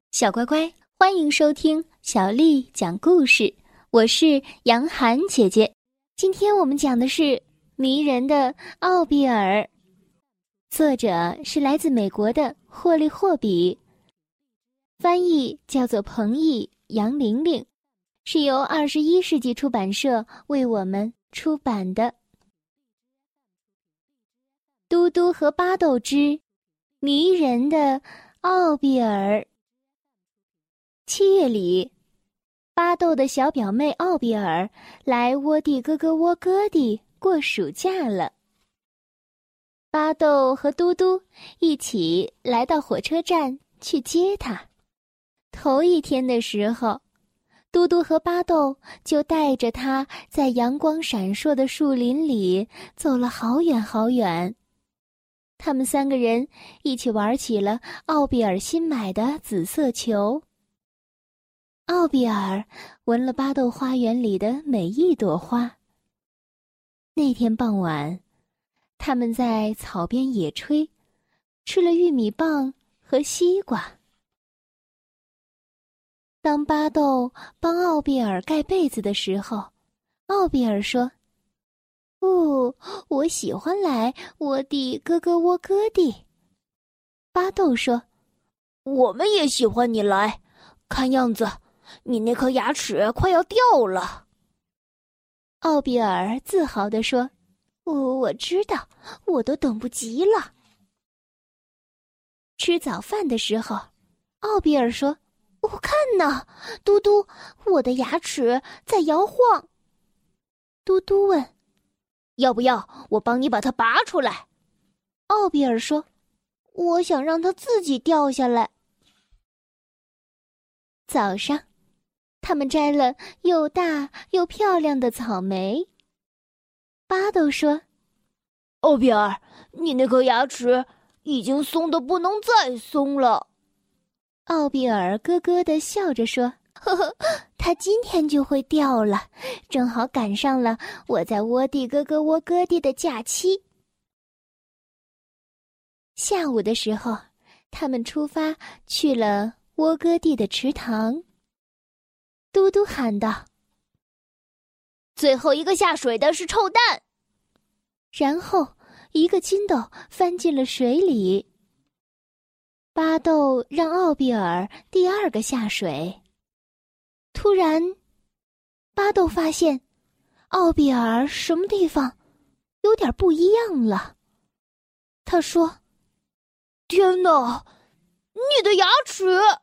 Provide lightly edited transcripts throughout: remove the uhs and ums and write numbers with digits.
小乖乖，欢迎收听小丽讲故事，我是杨涵姐姐。今天我们讲的是迷人的奥比尔，作者是来自美国的霍利·霍比，翻译叫做彭毅、杨玲玲，是由21世纪出版社为我们出版的。嘟嘟和巴豆之迷人的奥比尔。7月里，巴豆的小表妹奥比尔来窝地哥哥窝哥地过暑假了。巴豆和嘟嘟一起来到火车站去接她。头一天的时候，嘟嘟和巴豆就带着她在阳光闪烁的树林里走了好远好远。他们3个人一起玩起了奥比尔新买的紫色球。奥比尔闻了巴豆花园里的每一朵花。那天傍晚，他们在草边野炊，吃了玉米棒和西瓜。当巴豆帮奥比尔盖被子的时候，奥比尔说：“哦，我喜欢来窝地哥哥窝哥地。”巴豆说：“ 我们也喜欢你来，看样子你那颗牙齿快要掉了。” 奥比尔自豪地说：“我知道，我都等不及了。”吃早饭的时候，奥比尔说：“看呐，嘟嘟，我的牙齿在摇晃。”嘟嘟问：“ 要不要我帮你把它拔出来？” 奥比尔说：“我想让它自己掉下来。”早上，他们摘了又大又漂亮的草莓。巴豆说：“ 奥比尔，你那颗牙齿已经松得不能再松了。” 奥比尔咯咯地笑着说：“呵呵，它今天就会掉了，正好赶上了我在窝地哥哥窝哥地的假期。”下午的时候，他们出发去了窝哥地的池塘。嘟嘟喊道：“ 最后一个下水的是臭蛋。” 然后一个筋斗翻进了水里。巴豆让奥比尔第2个下水。突然，巴豆发现奥比尔什么地方有点不一样了。他说：“ 天哪，你的牙齿！”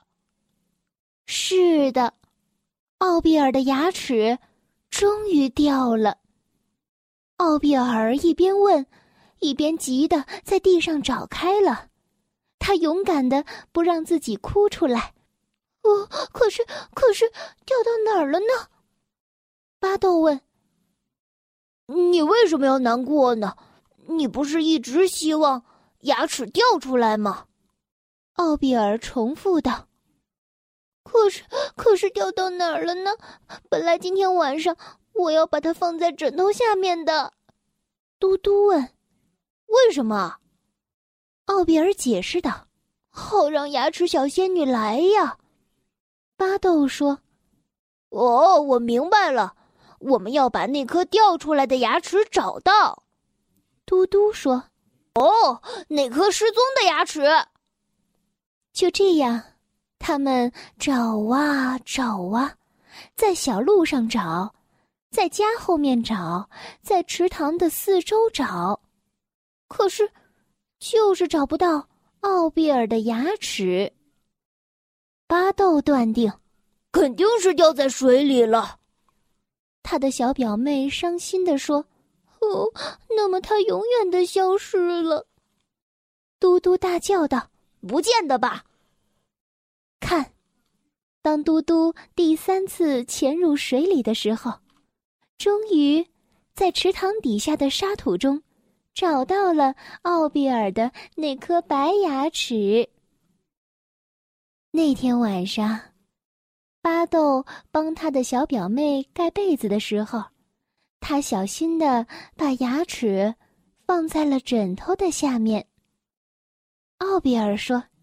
是的，奥比尔的牙齿终于掉了。奥比尔一边问，一边急得在地上找开了。他勇敢地不让自己哭出来。可是掉到哪儿了呢？巴豆问。 你为什么要难过呢？你不是一直希望牙齿掉出来吗？ 奥比尔重复道。可是掉到哪儿了呢？本来今天晚上我要把它放在枕头下面的。嘟嘟问。 为什么？ 奥比尔解释道：“好让牙齿小仙女来呀。”巴豆说：“ 哦，我明白了，我们要把那颗掉出来的牙齿找到。” 嘟嘟说：“ 哦，那颗失踪的牙齿。” 就这样，他们找啊找啊，在小路上找，在家后面找，在池塘的四周找，可是就是找不到奥比尔的牙齿。巴豆断定， 肯定是掉在水里了。 他的小表妹伤心地说：“那么它永远的消失了。”嘟嘟大叫道：“ 不见得吧？” 看，当嘟嘟第3次潜入水里的时候，终于在池塘底下的沙土中找到了奥比尔的那颗白牙齿。那天晚上，巴豆帮他的小表妹盖被子的时候，他小心地把牙齿放在了枕头的下面。奥比尔说：“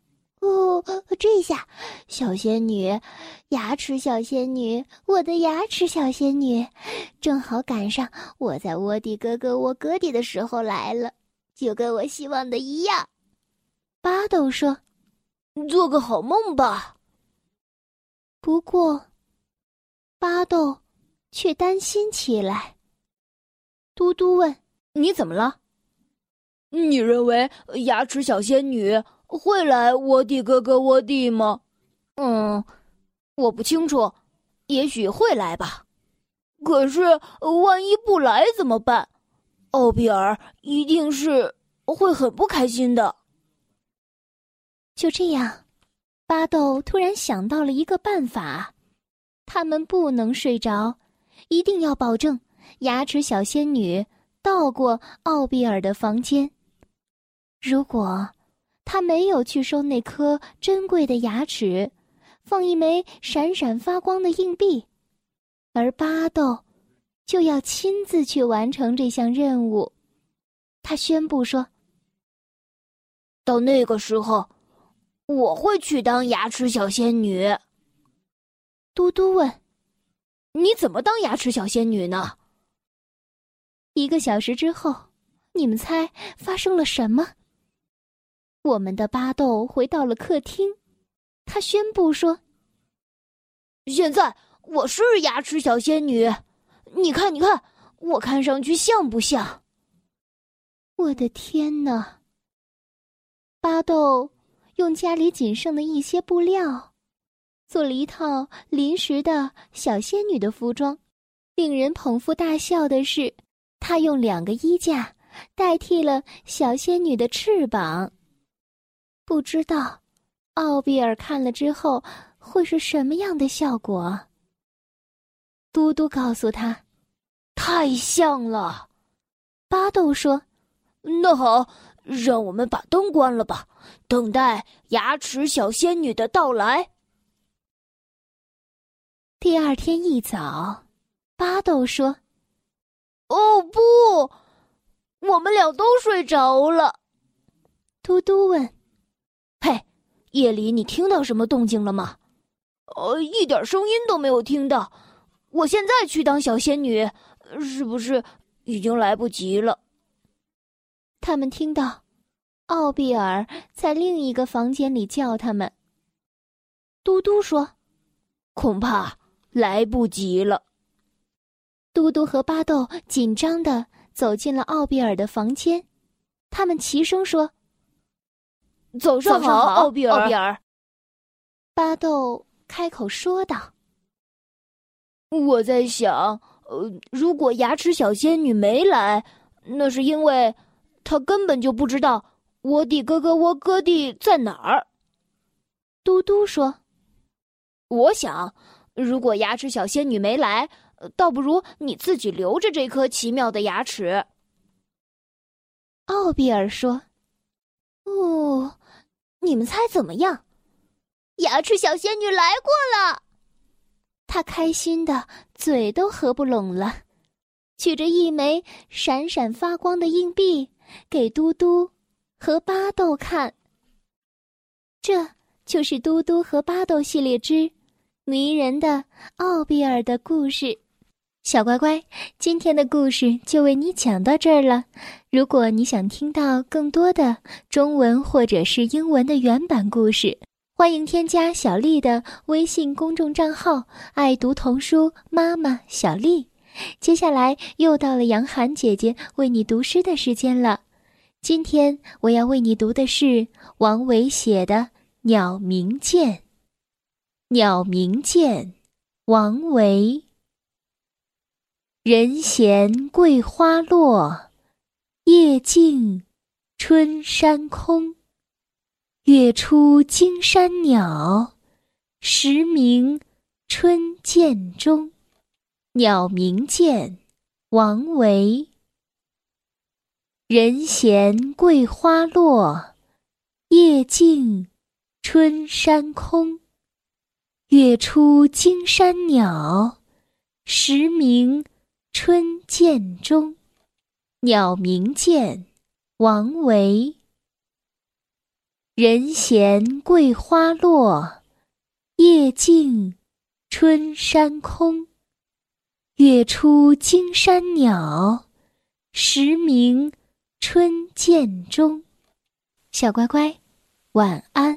哦，这下，小仙女，牙齿小仙女，我的牙齿小仙女，正好赶上我在窝地咯咯窝哥地的时候来了，就跟我希望的一样。 巴豆说：“ 做个好梦吧。” 不过，巴豆却担心起来。嘟嘟问：“ 你怎么了？你认为牙齿小仙女会来窝地咯咯窝地吗？我不清楚，也许会来吧。可是万一不来怎么办？奥比尔一定是会很不开心的。” 就这样，巴豆突然想到了一个办法，他们不能睡着，一定要保证牙齿小仙女到过奥比尔的房间。如果他没有去收那颗珍贵的牙齿，放一枚闪闪发光的硬币，而巴豆就要亲自去完成这项任务。他宣布说：“ 到那个时候，我会去当牙齿小仙女。” 嘟嘟问：“ 你怎么当牙齿小仙女呢 ？”1个小时之后，你们猜发生了什么？我们的巴豆回到了客厅，他宣布说：“ 现在我是牙齿小仙女，你看，我看上去像不像？” 我的天哪！巴豆用家里仅剩的一些布料，做了一套临时的小仙女的服装。令人捧腹大笑的是，他用2个衣架代替了小仙女的翅膀。不知道奥比尔看了之后会是什么样的效果？嘟嘟告诉他：“ 太像了。” 巴豆说：“ 那好，让我们把灯关了吧，等待牙齿小仙女的到来。” 第2天一早，巴豆说：“ 哦不，我们俩都睡着了。” 嘟嘟问：“ 嘿，夜里你听到什么动静了吗？”一点声音都没有听到。我现在去当小仙女，是不是已经来不及了？ 他们听到奥比尔在另一个房间里叫他们。嘟嘟说：“ 恐怕来不及了。” 嘟嘟和巴豆紧张地走进了奥比尔的房间，他们齐声说：“ 早上好，奥比尔。” 巴豆开口说道：“ 我在想，如果牙齿小仙女没来，那是因为她根本就不知道窝地咯咯窝哥地在哪儿。” 嘟嘟说：“ 我想，如果牙齿小仙女没来，倒不如你自己留着这颗奇妙的牙齿。” 奥比尔说：“ 哦，你们猜怎么样？牙齿小仙女来过了。” 他开心的嘴都合不拢了，举着一枚闪闪发光的硬币给嘟嘟和巴豆看。这就是嘟嘟和巴豆系列之迷人的奥比尔的故事。小乖乖，今天的故事就为你讲到这儿了。如果你想听到更多的中文或者是英文的原版故事，欢迎添加小丽的微信公众账号爱读童书妈妈小丽。接下来又到了杨涵姐姐为你读诗的时间了。今天我要为你读的是王维写的《鸟鸣涧》。鸟鸣涧，王维。人闲桂花落，夜静春山空。月出惊山鸟，时鸣春涧中。鸟鸣涧，王维。人闲桂花落，夜静春山空。月出惊山鸟，时鸣春涧中。鸟鸣涧，王维。 人闲桂花落，夜静春山空。月出惊山鸟，时鸣春涧中。小乖乖，晚安。